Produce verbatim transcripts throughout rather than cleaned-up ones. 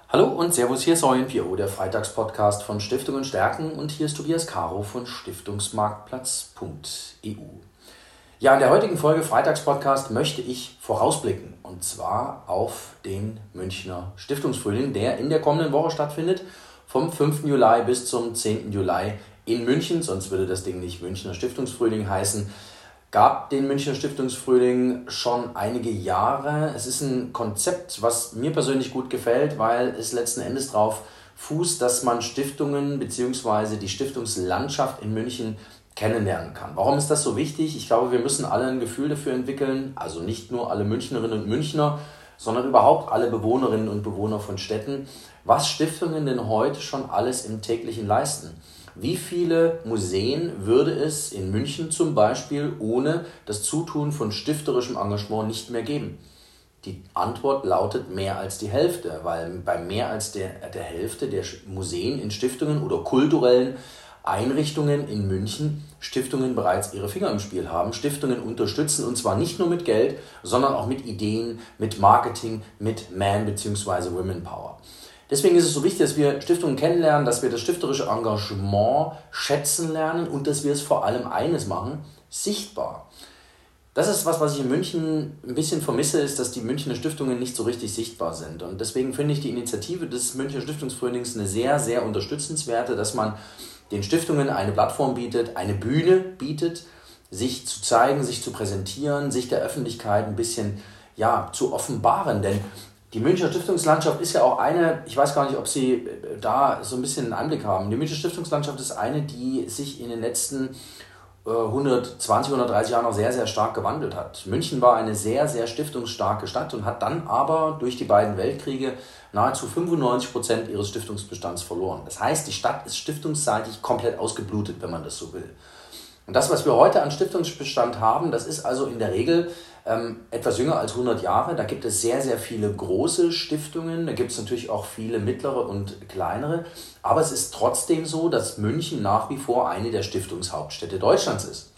Hallo und Servus, hier ist euer N P O, der Freitagspodcast von Stiftungen stärken, und hier ist Tobias Caro von Stiftungsmarktplatz punkt e u. Ja, in der heutigen Folge Freitagspodcast möchte ich vorausblicken, und zwar auf den Münchner Stiftungsfrühling, der in der kommenden Woche stattfindet, vom fünften Juli bis zum zehnten Juli in München, sonst würde das Ding nicht Münchner Stiftungsfrühling heißen. Gab den Münchner Stiftungsfrühling schon einige Jahre. Es ist ein Konzept, was mir persönlich gut gefällt, weil es letzten Endes darauf fußt, dass man Stiftungen bzw. die Stiftungslandschaft in München kennenlernen kann. Warum ist das so wichtig? Ich glaube, wir müssen alle ein Gefühl dafür entwickeln, also nicht nur alle Münchnerinnen und Münchner, sondern überhaupt alle Bewohnerinnen und Bewohner von Städten, was Stiftungen denn heute schon alles im täglichen leisten. Wie viele Museen würde es in München zum Beispiel ohne das Zutun von stifterischem Engagement nicht mehr geben? Die Antwort lautet mehr als die Hälfte, weil bei mehr als der, der Hälfte der Museen in Stiftungen oder kulturellen Einrichtungen in München Stiftungen bereits ihre Finger im Spiel haben. Stiftungen unterstützen, und zwar nicht nur mit Geld, sondern auch mit Ideen, mit Marketing, mit Man- bzw. Women Power. Deswegen ist es so wichtig, dass wir Stiftungen kennenlernen, dass wir das stifterische Engagement schätzen lernen und dass wir es vor allem eines machen: sichtbar. Das ist was, was ich in München ein bisschen vermisse, ist, dass die Münchner Stiftungen nicht so richtig sichtbar sind. Und deswegen finde ich die Initiative des Münchner Stiftungsfrühlings eine sehr, sehr unterstützenswerte, dass man den Stiftungen eine Plattform bietet, eine Bühne bietet, sich zu zeigen, sich zu präsentieren, sich der Öffentlichkeit ein bisschen ja, zu offenbaren. Denn die Münchner Stiftungslandschaft ist ja auch eine, ich weiß gar nicht, ob Sie da so ein bisschen einen Einblick haben. Die Münchner Stiftungslandschaft ist eine, die sich in den letzten äh, hundertzwanzig, hundertdreißig Jahren noch sehr, sehr stark gewandelt hat. München war eine sehr, sehr stiftungsstarke Stadt und hat dann aber durch die beiden Weltkriege nahezu fünfundneunzig Prozent ihres Stiftungsbestands verloren. Das heißt, die Stadt ist stiftungsseitig komplett ausgeblutet, wenn man das so will. Und das, was wir heute an Stiftungsbestand haben, das ist also in der Regel ähm, etwas jünger als hundert Jahre. Da gibt es sehr, sehr viele große Stiftungen. Da gibt es natürlich auch viele mittlere und kleinere. Aber es ist trotzdem so, dass München nach wie vor eine der Stiftungshauptstädte Deutschlands ist.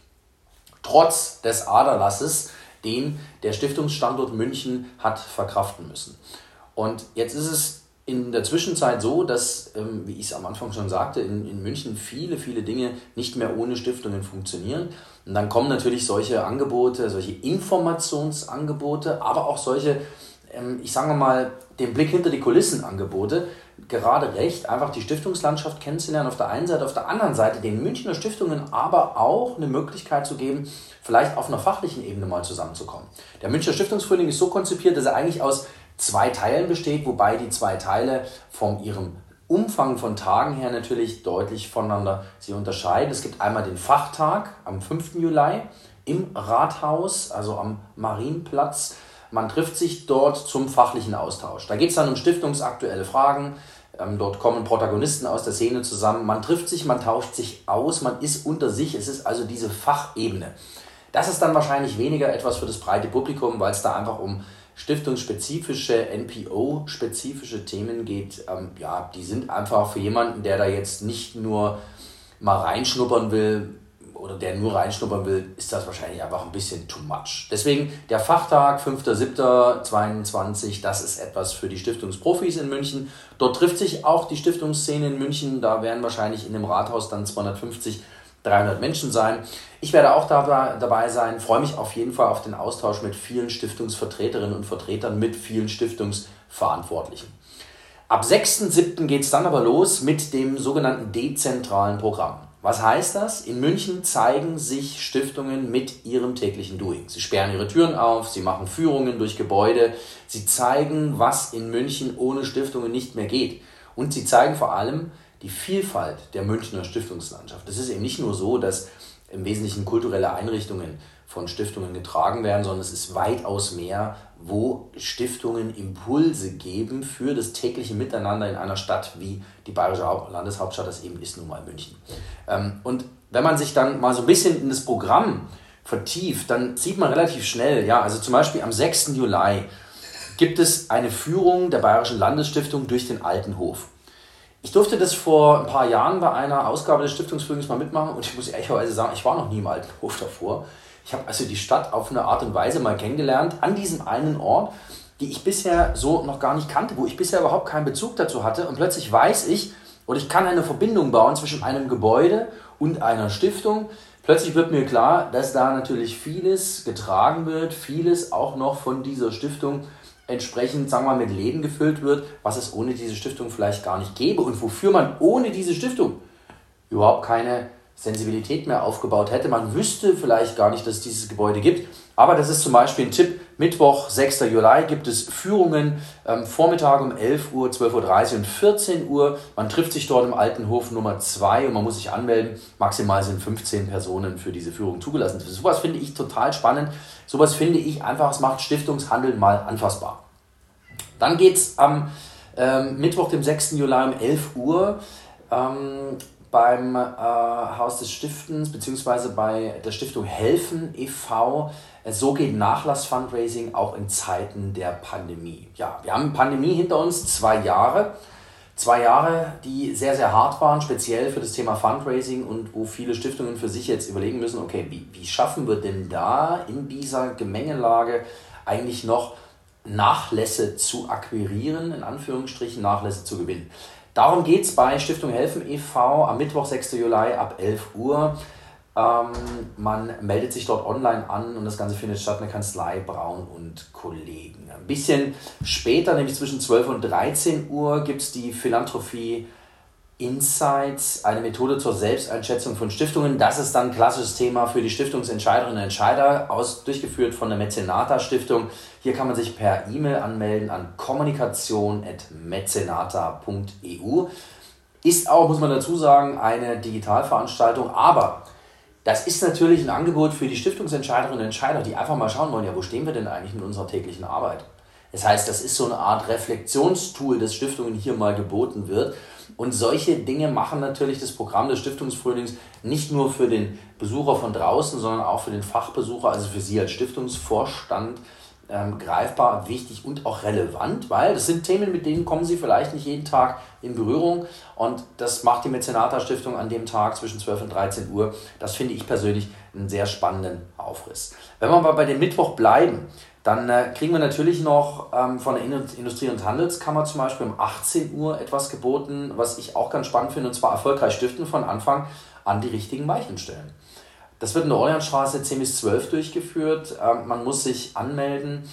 Trotz des Aderlasses, den der Stiftungsstandort München hat verkraften müssen. Und jetzt ist es in der Zwischenzeit so, dass, ähm, wie ich es am Anfang schon sagte, in, in München viele, viele Dinge nicht mehr ohne Stiftungen funktionieren. Und dann kommen natürlich solche Angebote, solche Informationsangebote, aber auch solche, ähm, ich sage mal, den Blick hinter die Kulissen Angebote, gerade recht, einfach die Stiftungslandschaft kennenzulernen auf der einen Seite, auf der anderen Seite den Münchner Stiftungen aber auch eine Möglichkeit zu geben, vielleicht auf einer fachlichen Ebene mal zusammenzukommen. Der Münchner Stiftungsfrühling ist so konzipiert, dass er eigentlich aus zwei Teilen besteht, wobei die zwei Teile von ihrem Umfang von Tagen her natürlich deutlich voneinander sich unterscheiden. Es gibt einmal den Fachtag am fünften Juli im Rathaus, also am Marienplatz. Man trifft sich dort zum fachlichen Austausch. Da geht es dann um stiftungsaktuelle Fragen. Ähm, dort kommen Protagonisten aus der Szene zusammen. Man trifft sich, man tauscht sich aus, man ist unter sich. Es ist also diese Fachebene. Das ist dann wahrscheinlich weniger etwas für das breite Publikum, weil es da einfach um stiftungsspezifische, N P O-spezifische Themen geht. Ähm, ja, die sind einfach für jemanden, der da jetzt nicht nur mal reinschnuppern will oder der nur reinschnuppern will, ist das wahrscheinlich einfach ein bisschen too much. Deswegen der Fachtag, fünfter siebter zweiundzwanzig, das ist etwas für die Stiftungsprofis in München. Dort trifft sich auch die Stiftungsszene in München. Da werden wahrscheinlich in dem Rathaus dann zweihundertfünfzig, dreihundert Menschen sein. Ich werde auch dabei, dabei sein, freue mich auf jeden Fall auf den Austausch mit vielen Stiftungsvertreterinnen und Vertretern, mit vielen Stiftungsverantwortlichen. Ab sechsten siebten geht es dann aber los mit dem sogenannten dezentralen Programm. Was heißt das? In München zeigen sich Stiftungen mit ihrem täglichen Doing. Sie sperren ihre Türen auf, sie machen Führungen durch Gebäude, sie zeigen, was in München ohne Stiftungen nicht mehr geht. Und sie zeigen vor allem die Vielfalt der Münchner Stiftungslandschaft. Es ist eben nicht nur so, dass im Wesentlichen kulturelle Einrichtungen von Stiftungen getragen werden, sondern es ist weitaus mehr, wo Stiftungen Impulse geben für das tägliche Miteinander in einer Stadt wie die bayerische Landeshauptstadt, das eben ist nun mal München. Und wenn man sich dann mal so ein bisschen in das Programm vertieft, dann sieht man relativ schnell, ja, also zum Beispiel am sechsten Juli gibt es eine Führung der Bayerischen Landesstiftung durch den Alten Hof. Ich durfte das vor ein paar Jahren bei einer Ausgabe des Stiftungsfrühlings mal mitmachen und ich muss ehrlicherweise sagen, ich war noch nie im Alten Hof davor. Ich habe also die Stadt auf eine Art und Weise mal kennengelernt, an diesem einen Ort. die ich bisher so noch gar nicht kannte, wo ich bisher überhaupt keinen Bezug dazu hatte. Und plötzlich weiß ich, oder ich kann eine Verbindung bauen zwischen einem Gebäude und einer Stiftung. Plötzlich wird mir klar, dass da natürlich vieles getragen wird, vieles auch noch von dieser Stiftung entsprechend, sagen wir mal, mit Leben gefüllt wird, was es ohne diese Stiftung vielleicht gar nicht gäbe und wofür man ohne diese Stiftung überhaupt keine Sensibilität mehr aufgebaut hätte. Man wüsste vielleicht gar nicht, dass es dieses Gebäude gibt. Aber das ist zum Beispiel ein Tipp. Mittwoch, sechster Juli, gibt es Führungen ähm, Vormittag um elf Uhr, zwölf Uhr dreißig und vierzehn Uhr. Man trifft sich dort im Alten Hof Nummer zwei und man muss sich anmelden. Maximal sind fünfzehn Personen für diese Führung zugelassen. Sowas finde ich total spannend. Sowas finde ich einfach, es macht Stiftungshandeln mal anfassbar. Dann geht es am ähm, Mittwoch, dem sechsten Juli um elf Uhr ähm, beim äh, Haus des Stiftens bzw. bei der Stiftung Helfen e V So geht Nachlass-Fundraising auch in Zeiten der Pandemie. Ja, wir haben Pandemie hinter uns, zwei Jahre. Zwei Jahre, die sehr, sehr hart waren, speziell für das Thema Fundraising und wo viele Stiftungen für sich jetzt überlegen müssen, okay, wie, wie schaffen wir denn da in dieser Gemengelage eigentlich noch Nachlässe zu akquirieren, in Anführungsstrichen Nachlässe zu gewinnen. Darum geht es bei Stiftung Helfen e V am Mittwoch, sechster Juli ab elf Uhr. Ähm, man meldet sich dort online an und das Ganze findet statt in der Kanzlei Braun und Kollegen. Ein bisschen später, nämlich zwischen zwölf und dreizehn Uhr, gibt es die Philanthropie Insights, eine Methode zur Selbsteinschätzung von Stiftungen. Das ist dann ein klassisches Thema für die Stiftungsentscheiderinnen und Entscheider, aus, durchgeführt von der Mäzenata Stiftung. Hier kann man sich per E-Mail anmelden an kommunikation at mäzenata punkt e u. Ist auch, muss man dazu sagen, eine Digitalveranstaltung, aber das ist natürlich ein Angebot für die Stiftungsentscheiderinnen und Entscheider, die einfach mal schauen wollen, ja, wo stehen wir denn eigentlich mit unserer täglichen Arbeit? Das heißt, das ist so eine Art Reflexionstool, das Stiftungen hier mal geboten wird. Und solche Dinge machen natürlich das Programm des Stiftungsfrühlings nicht nur für den Besucher von draußen, sondern auch für den Fachbesucher, also für Sie als Stiftungsvorstand, ähm, greifbar, wichtig und auch relevant, weil das sind Themen, mit denen kommen Sie vielleicht nicht jeden Tag in Berührung. Und das macht die Mäzenata Stiftung an dem Tag zwischen zwölf und dreizehn Uhr. Das finde ich persönlich einen sehr spannenden Aufriss. Wenn wir aber bei dem Mittwoch bleiben, dann äh, kriegen wir natürlich noch ähm, von der Industrie- und Handelskammer zum Beispiel um achtzehn Uhr etwas geboten, was ich auch ganz spannend finde, und zwar erfolgreich stiften von Anfang an die richtigen Weichen stellen. Das wird in der Orleansstraße zehn bis zwölf durchgeführt. Ähm, man muss sich anmelden.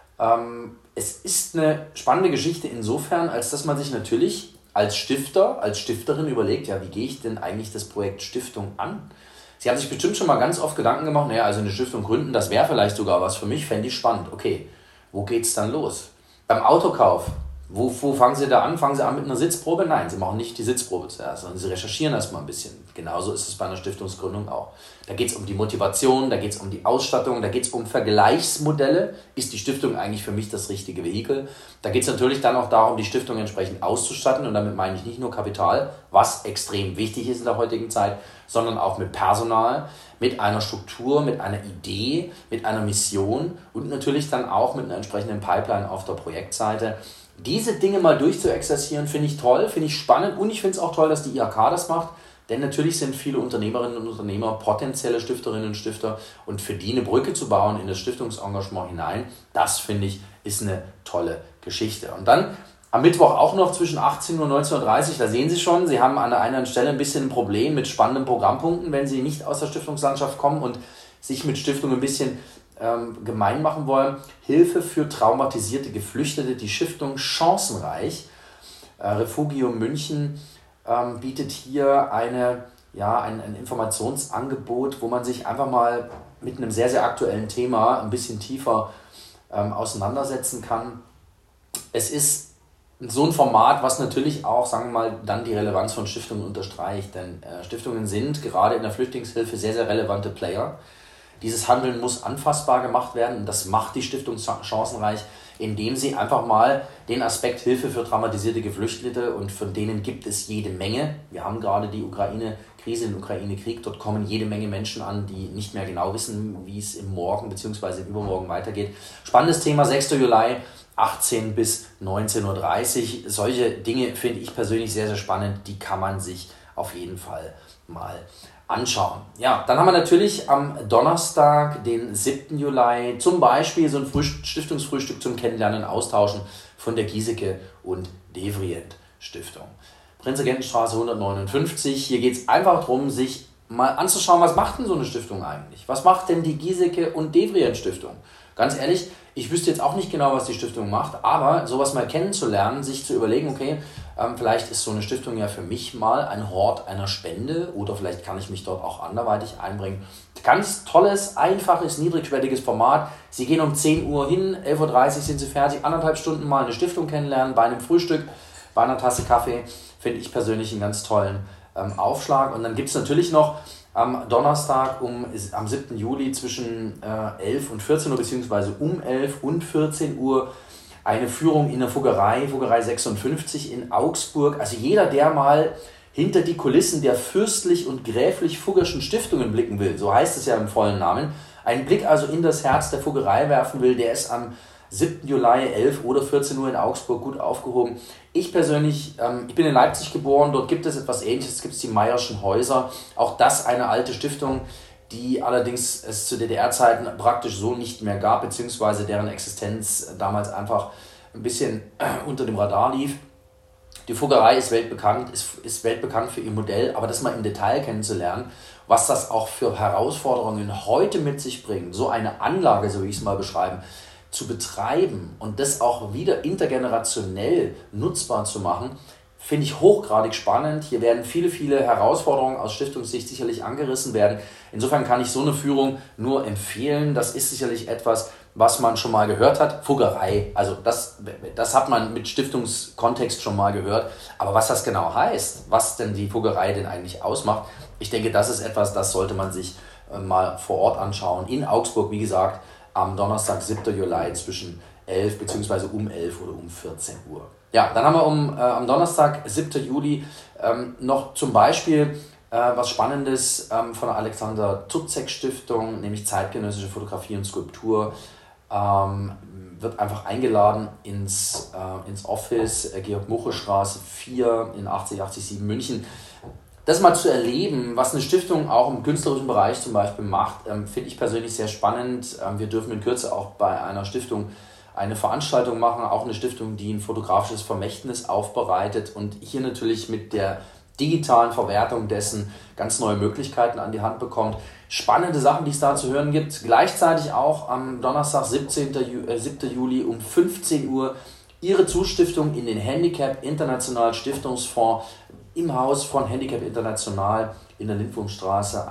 Ähm, es ist eine spannende Geschichte insofern, als dass man sich natürlich als Stifter, als Stifterin überlegt, ja, wie gehe ich denn eigentlich das Projekt Stiftung an? Sie haben sich bestimmt schon mal ganz oft Gedanken gemacht, naja, also eine Stiftung gründen, das wäre vielleicht sogar was für mich, fände ich spannend. Okay, wo geht's dann los? Beim Autokauf, wo, wo fangen Sie da an? Fangen Sie an mit einer Sitzprobe? Nein, Sie machen nicht die Sitzprobe zuerst, sondern Sie recherchieren erstmal ein bisschen. Genauso ist es bei einer Stiftungsgründung auch. Da geht es um die Motivation, da geht es um die Ausstattung, da geht es um Vergleichsmodelle. Ist die Stiftung eigentlich für mich das richtige Vehikel? Da geht es natürlich dann auch darum, die Stiftung entsprechend auszustatten, und damit meine ich nicht nur Kapital, was extrem wichtig ist in der heutigen Zeit, sondern auch mit Personal, mit einer Struktur, mit einer Idee, mit einer Mission und natürlich dann auch mit einer entsprechenden Pipeline auf der Projektseite. Diese Dinge mal durchzuexerzieren, finde ich toll, finde ich spannend, und ich finde es auch toll, dass die I H K das macht, denn natürlich sind viele Unternehmerinnen und Unternehmer potenzielle Stifterinnen und Stifter, und für die eine Brücke zu bauen in das Stiftungsengagement hinein, das finde ich ist eine tolle Geschichte. Und dann am Mittwoch auch noch zwischen achtzehn Uhr und neunzehn Uhr dreißig, da sehen Sie schon, Sie haben an der einen Stelle ein bisschen ein Problem mit spannenden Programmpunkten, wenn Sie nicht aus der Stiftungslandschaft kommen und sich mit Stiftungen ein bisschen ähm, gemein machen wollen. Hilfe für traumatisierte Geflüchtete, die Stiftung Chancenreich, äh, Refugium München, ähm, bietet hier eine, ja, ein, ein Informationsangebot, wo man sich einfach mal mit einem sehr, sehr aktuellen Thema ein bisschen tiefer ähm, auseinandersetzen kann. Es ist so ein Format, was natürlich auch, sagen wir mal, dann die Relevanz von Stiftungen unterstreicht. Denn äh, Stiftungen sind gerade in der Flüchtlingshilfe sehr, sehr relevante Player. Dieses Handeln muss anfassbar gemacht werden, und das macht die Stiftung Chancenreich, indem sie einfach mal den Aspekt Hilfe für traumatisierte Geflüchtete, und von denen gibt es jede Menge. Wir haben gerade die Ukraine-Krise, den Ukraine-Krieg. Dort kommen jede Menge Menschen an, die nicht mehr genau wissen, wie es im Morgen bzw. im Übermorgen weitergeht. Spannendes Thema, sechster Juli, achtzehn bis neunzehn Uhr dreißig. Solche Dinge finde ich persönlich sehr, sehr spannend. Die kann man sich auf jeden Fall mal anschauen. Ja, dann haben wir natürlich am Donnerstag, den siebten Juli, zum Beispiel so ein Frühst- Stiftungsfrühstück zum Kennenlernen, Austauschen von der Giesecke und Devrient Stiftung. Prinzregentenstraße hundertneunundfünfzig. Hier geht es einfach darum, sich mal anzuschauen, was macht denn so eine Stiftung eigentlich? Was macht denn die Giesecke und Devrient Stiftung? Ganz ehrlich, ich wüsste jetzt auch nicht genau, was die Stiftung macht, aber sowas mal kennenzulernen, sich zu überlegen, okay, ähm, vielleicht ist so eine Stiftung ja für mich mal ein Hort einer Spende oder vielleicht kann ich mich dort auch anderweitig einbringen. Ganz tolles, einfaches, niedrigschwelliges Format. Sie gehen um zehn Uhr hin, elf Uhr dreißig sind Sie fertig, anderthalb Stunden mal eine Stiftung kennenlernen, bei einem Frühstück, bei einer Tasse Kaffee, finde ich persönlich einen ganz tollen ähm, Aufschlag. Und dann gibt es natürlich noch am Donnerstag um, am siebten Juli zwischen äh, elf und vierzehn Uhr beziehungsweise um elf und vierzehn Uhr eine Führung in der Fuggerei, Fuggerei sechsundfünfzig in Augsburg. Also jeder, der mal hinter die Kulissen der fürstlich und gräflich-fuggerschen Stiftungen blicken will, so heißt es ja im vollen Namen, einen Blick also in das Herz der Fuggerei werfen will, der ist am siebten Juli, elf oder vierzehn Uhr in Augsburg gut aufgehoben. Ich persönlich, ähm, ich bin in Leipzig geboren, dort gibt es etwas Ähnliches, gibt es die Mayer'schen Häuser. Auch das eine alte Stiftung, die allerdings es zu D D R-Zeiten praktisch so nicht mehr gab, beziehungsweise deren Existenz damals einfach ein bisschen äh, unter dem Radar lief. Die Fuggerei ist weltbekannt, ist, ist weltbekannt für ihr Modell, aber das mal im Detail kennenzulernen, was das auch für Herausforderungen heute mit sich bringt, so eine Anlage, so wie ich es mal beschreiben, zu betreiben und das auch wieder intergenerationell nutzbar zu machen, finde ich hochgradig spannend. Hier werden viele, viele Herausforderungen aus Stiftungssicht sicherlich angerissen werden. Insofern kann ich so eine Führung nur empfehlen. Das ist sicherlich etwas, was man schon mal gehört hat. Fuggerei, also das, das hat man mit Stiftungskontext schon mal gehört. Aber was das genau heißt, was denn die Fuggerei denn eigentlich ausmacht, ich denke, das ist etwas, das sollte man sich mal vor Ort anschauen. In Augsburg, wie gesagt, am Donnerstag, siebten Juli zwischen elf bzw. um elf oder um vierzehn Uhr. Ja, dann haben wir um, äh, am Donnerstag, siebten Juli, ähm, noch zum Beispiel äh, was Spannendes ähm, von der Alexander Tutzek Stiftung, nämlich zeitgenössische Fotografie und Skulptur. Ähm, wird einfach eingeladen ins, äh, ins Office, äh, Georg-Muche-Straße vier in achtzig achtzig sieben München. Das mal zu erleben, was eine Stiftung auch im künstlerischen Bereich zum Beispiel macht, ähm, finde ich persönlich sehr spannend. Ähm, wir dürfen in Kürze auch bei einer Stiftung eine Veranstaltung machen, auch eine Stiftung, die ein fotografisches Vermächtnis aufbereitet und hier natürlich mit der digitalen Verwertung dessen ganz neue Möglichkeiten an die Hand bekommt. Spannende Sachen, die es da zu hören gibt. Gleichzeitig auch am Donnerstag, siebten Juli um fünfzehn Uhr Ihre Zustiftung in den Handicap International Stiftungsfonds im Haus von Handicap International in der Lindwurmstraße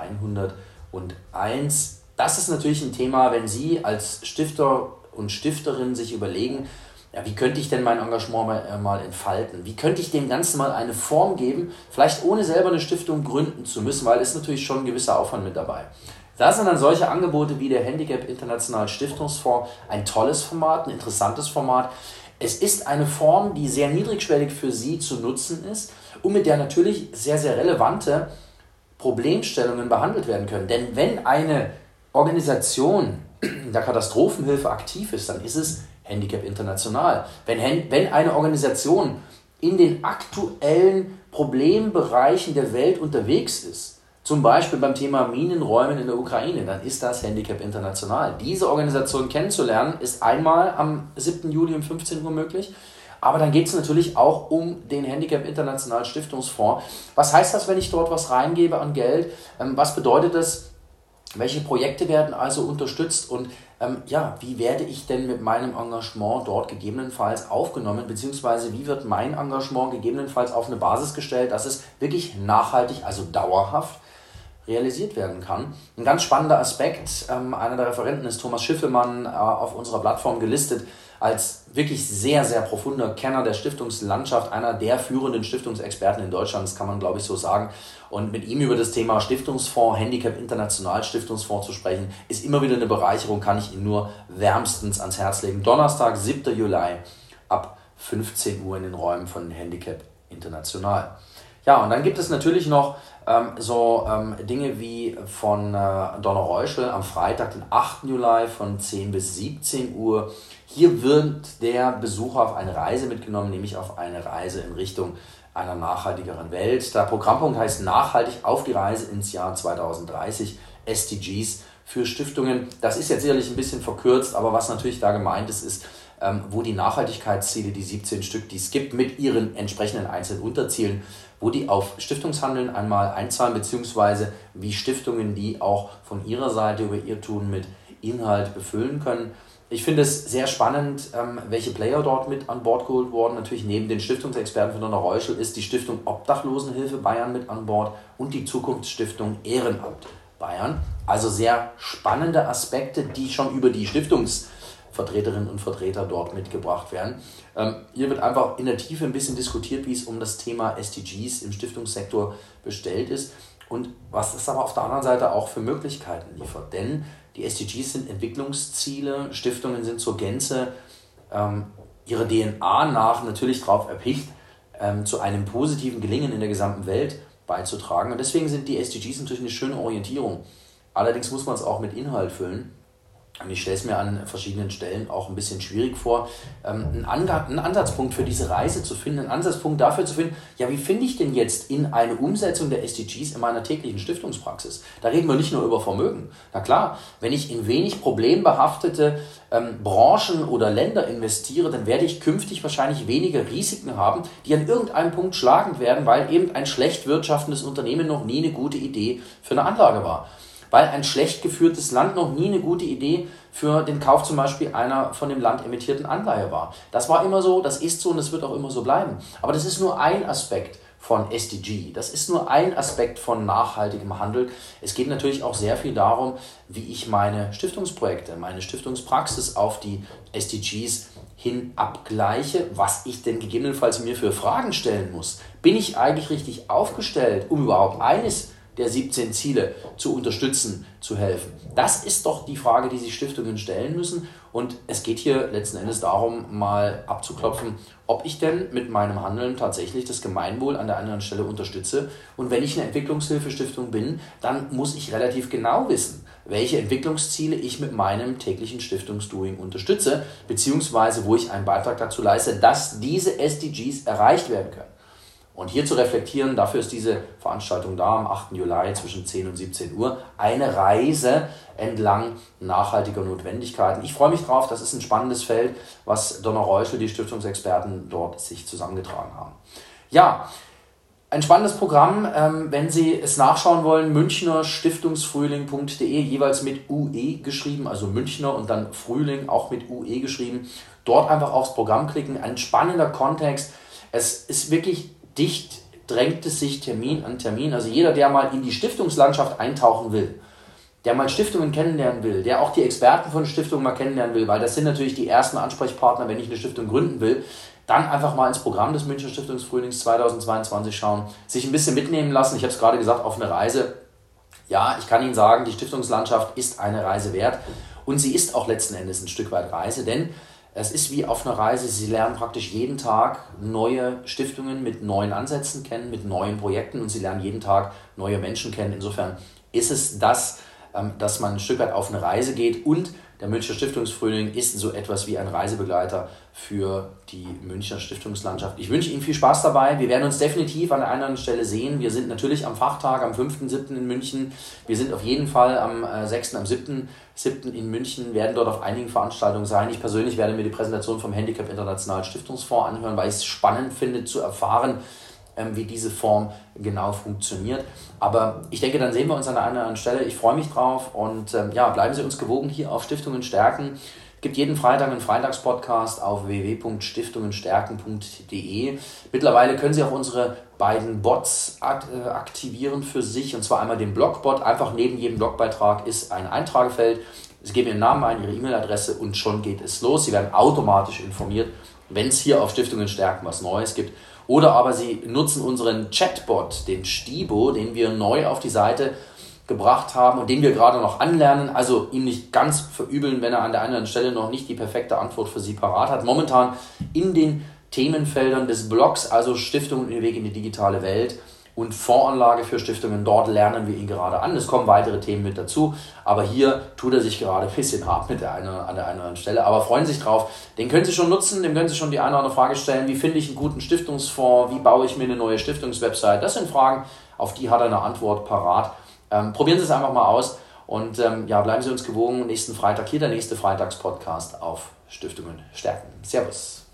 hunderteins. Das ist natürlich ein Thema, wenn Sie als Stifter und Stifterin sich überlegen, ja, wie könnte ich denn mein Engagement mal, äh, mal entfalten? Wie könnte ich dem Ganzen mal eine Form geben, vielleicht ohne selber eine Stiftung gründen zu müssen, weil es natürlich schon ein gewisser Aufwand mit dabei. Da sind dann solche Angebote wie der Handicap International Stiftungsfonds ein tolles Format, ein interessantes Format. Es ist eine Form, die sehr niedrigschwellig für Sie zu nutzen ist und mit der natürlich sehr, sehr relevante Problemstellungen behandelt werden können. Denn wenn eine Organisation der Katastrophenhilfe aktiv ist, dann ist es Handicap International. Wenn, wenn eine Organisation in den aktuellen Problembereichen der Welt unterwegs ist, zum Beispiel beim Thema Minenräumen in der Ukraine, dann ist das Handicap International. Diese Organisation kennenzulernen, ist einmal am siebten Juli um fünfzehn Uhr möglich. Aber dann geht es natürlich auch um den Handicap International Stiftungsfonds. Was heißt das, wenn ich dort was reingebe an Geld? Ähm, was bedeutet das? Welche Projekte werden also unterstützt? Und ähm, ja, wie werde ich denn mit meinem Engagement dort gegebenenfalls aufgenommen? Beziehungsweise wie wird mein Engagement gegebenenfalls auf eine Basis gestellt, dass es wirklich nachhaltig, also dauerhaft realisiert werden kann. Ein ganz spannender Aspekt, ähm, einer der Referenten ist Thomas Schiffelmann, äh, auf unserer Plattform gelistet, als wirklich sehr, sehr profunder Kenner der Stiftungslandschaft, einer der führenden Stiftungsexperten in Deutschland, das kann man, glaube ich, so sagen. Und mit ihm über das Thema Stiftungsfonds, Handicap International Stiftungsfonds zu sprechen, ist immer wieder eine Bereicherung, kann ich Ihnen nur wärmstens ans Herz legen. Donnerstag, siebten Juli ab fünfzehn Uhr in den Räumen von Handicap International. Ja, und dann gibt es natürlich noch ähm, so ähm, Dinge wie von äh, Donner Reuschel am Freitag, den achten Juli von zehn bis siebzehn Uhr. Hier wird der Besucher auf eine Reise mitgenommen, nämlich auf eine Reise in Richtung einer nachhaltigeren Welt. Der Programmpunkt heißt Nachhaltig auf die Reise ins Jahr zweitausenddreißig, S D Gs für Stiftungen. Das ist jetzt sicherlich ein bisschen verkürzt, aber was natürlich da gemeint ist, ist, ähm, wo die Nachhaltigkeitsziele, die siebzehn Stück, die es gibt, mit ihren entsprechenden einzelnen Unterzielen, wo die auf Stiftungshandeln einmal einzahlen, beziehungsweise wie Stiftungen die auch von ihrer Seite über ihr Tun mit Inhalt befüllen können. Ich finde es sehr spannend, welche Player dort mit an Bord geholt wurden. Natürlich neben den Stiftungsexperten von Donner Reuschel ist die Stiftung Obdachlosenhilfe Bayern mit an Bord und die Zukunftsstiftung Ehrenamt Bayern. Also sehr spannende Aspekte, die schon über die Stiftungsvertreterinnen und Vertreter dort mitgebracht werden. Hier wird einfach in der Tiefe ein bisschen diskutiert, wie es um das Thema S D Gs im Stiftungssektor bestellt ist und was es aber auf der anderen Seite auch für Möglichkeiten liefert. Denn die S D Gs sind Entwicklungsziele, Stiftungen sind zur Gänze ähm, ihrer D N A nach natürlich darauf erpicht, ähm, zu einem positiven Gelingen in der gesamten Welt beizutragen. Und deswegen sind die S D Gs natürlich eine schöne Orientierung. Allerdings muss man es auch mit Inhalt füllen. Und ich stelle es mir an verschiedenen Stellen auch ein bisschen schwierig vor, einen, Angang, einen Ansatzpunkt für diese Reise zu finden, einen Ansatzpunkt dafür zu finden, ja, wie finde ich denn jetzt in eine Umsetzung der S D Gs in meiner täglichen Stiftungspraxis? Da reden wir nicht nur über Vermögen. Na klar, wenn ich in wenig problembehaftete ähm, Branchen oder Länder investiere, dann werde ich künftig wahrscheinlich weniger Risiken haben, die an irgendeinem Punkt schlagend werden, weil eben ein schlecht wirtschaftendes Unternehmen noch nie eine gute Idee für eine Anlage war. Weil ein schlecht geführtes Land noch nie eine gute Idee für den Kauf zum Beispiel einer von dem Land emittierten Anleihe war. Das war immer so, das ist so und das wird auch immer so bleiben. Aber das ist nur ein Aspekt von S D G. Das ist nur ein Aspekt von nachhaltigem Handel. Es geht natürlich auch sehr viel darum, wie ich meine Stiftungsprojekte, meine Stiftungspraxis auf die S D Gs hin abgleiche, was ich denn gegebenenfalls mir für Fragen stellen muss. Bin ich eigentlich richtig aufgestellt, um überhaupt eines der siebzehn Ziele zu unterstützen, zu helfen? Das ist doch die Frage, die sich Stiftungen stellen müssen. Und es geht hier letzten Endes darum, mal abzuklopfen, ob ich denn mit meinem Handeln tatsächlich das Gemeinwohl an der anderen Stelle unterstütze. Und wenn ich eine Entwicklungshilfestiftung bin, dann muss ich relativ genau wissen, welche Entwicklungsziele ich mit meinem täglichen Stiftungsdoing unterstütze, beziehungsweise wo ich einen Beitrag dazu leiste, dass diese S D Gs erreicht werden können. Und hier zu reflektieren, dafür ist diese Veranstaltung da am achten Juli zwischen zehn und siebzehn Uhr. Eine Reise entlang nachhaltiger Notwendigkeiten. Ich freue mich drauf, das ist ein spannendes Feld, was Donner Reuschel, die Stiftungsexperten dort sich zusammengetragen haben. Ja, ein spannendes Programm, ähm, wenn Sie es nachschauen wollen, münchner stiftungsfrühling punkt de, jeweils mit U E geschrieben, also Münchner und dann Frühling auch mit U E geschrieben. Dort einfach aufs Programm klicken, ein spannender Kontext. Es ist wirklich dicht drängt es sich Termin an Termin. Also jeder, der mal in die Stiftungslandschaft eintauchen will, der mal Stiftungen kennenlernen will, der auch die Experten von Stiftungen mal kennenlernen will, weil das sind natürlich die ersten Ansprechpartner, wenn ich eine Stiftung gründen will, dann einfach mal ins Programm des Münchner Stiftungsfrühlings zweitausendzweiundzwanzig schauen, sich ein bisschen mitnehmen lassen. Ich habe es gerade gesagt, auf eine Reise. Ja, ich kann Ihnen sagen, die Stiftungslandschaft ist eine Reise wert und sie ist auch letzten Endes ein Stück weit Reise, denn es ist wie auf einer Reise, Sie lernen praktisch jeden Tag neue Stiftungen mit neuen Ansätzen kennen, mit neuen Projekten und Sie lernen jeden Tag neue Menschen kennen. Insofern ist es das, dass man ein Stück weit auf eine Reise geht und der Münchner Stiftungsfrühling ist so etwas wie ein Reisebegleiter für die Münchner Stiftungslandschaft. Ich wünsche Ihnen viel Spaß dabei. Wir werden uns definitiv an der anderen Stelle sehen. Wir sind natürlich am Fachtag am fünften siebten in München. Wir sind auf jeden Fall am sechsten am siebten siebten in München, werden dort auf einigen Veranstaltungen sein. Ich persönlich werde mir die Präsentation vom Handicap Internationalen Stiftungsfonds anhören, weil ich es spannend finde zu erfahren, wie diese Form genau funktioniert. Aber ich denke, dann sehen wir uns an der einen oder anderen Stelle. Ich freue mich drauf und ähm, ja, bleiben Sie uns gewogen hier auf Stiftungen stärken. Es gibt jeden Freitag einen Freitagspodcast auf w w w punkt stiftungen stärken punkt de. Mittlerweile können Sie auch unsere beiden Bots aktivieren für sich, und zwar einmal den Blogbot. Einfach neben jedem Blogbeitrag ist ein Eintragefeld. Sie geben Ihren Namen ein, Ihre E-Mail-Adresse und schon geht es los. Sie werden automatisch informiert, wenn es hier auf Stiftungen stärken was Neues gibt. Oder aber Sie nutzen unseren Chatbot, den Stibo, den wir neu auf die Seite gebracht haben und den wir gerade noch anlernen. Also ihm nicht ganz verübeln, wenn er an der anderen Stelle noch nicht die perfekte Antwort für Sie parat hat. Momentan in den Themenfeldern des Blogs, also Stiftungen und Weg in die digitale Welt und Fondsanlage für Stiftungen. Dort lernen wir ihn gerade an. Es kommen weitere Themen mit dazu, aber hier tut er sich gerade ein bisschen hart mit der einen, an der einen oder anderen Stelle. Aber freuen Sie sich drauf. Den können Sie schon nutzen, dem können Sie schon die eine oder andere Frage stellen. Wie finde ich einen guten Stiftungsfonds? Wie baue ich mir eine neue Stiftungswebsite? Das sind Fragen, auf die hat er eine Antwort parat. Ähm, probieren Sie es einfach mal aus und ähm, ja, bleiben Sie uns gewogen. Nächsten Freitag hier der nächste Freitagspodcast auf Stiftungen stärken. Servus.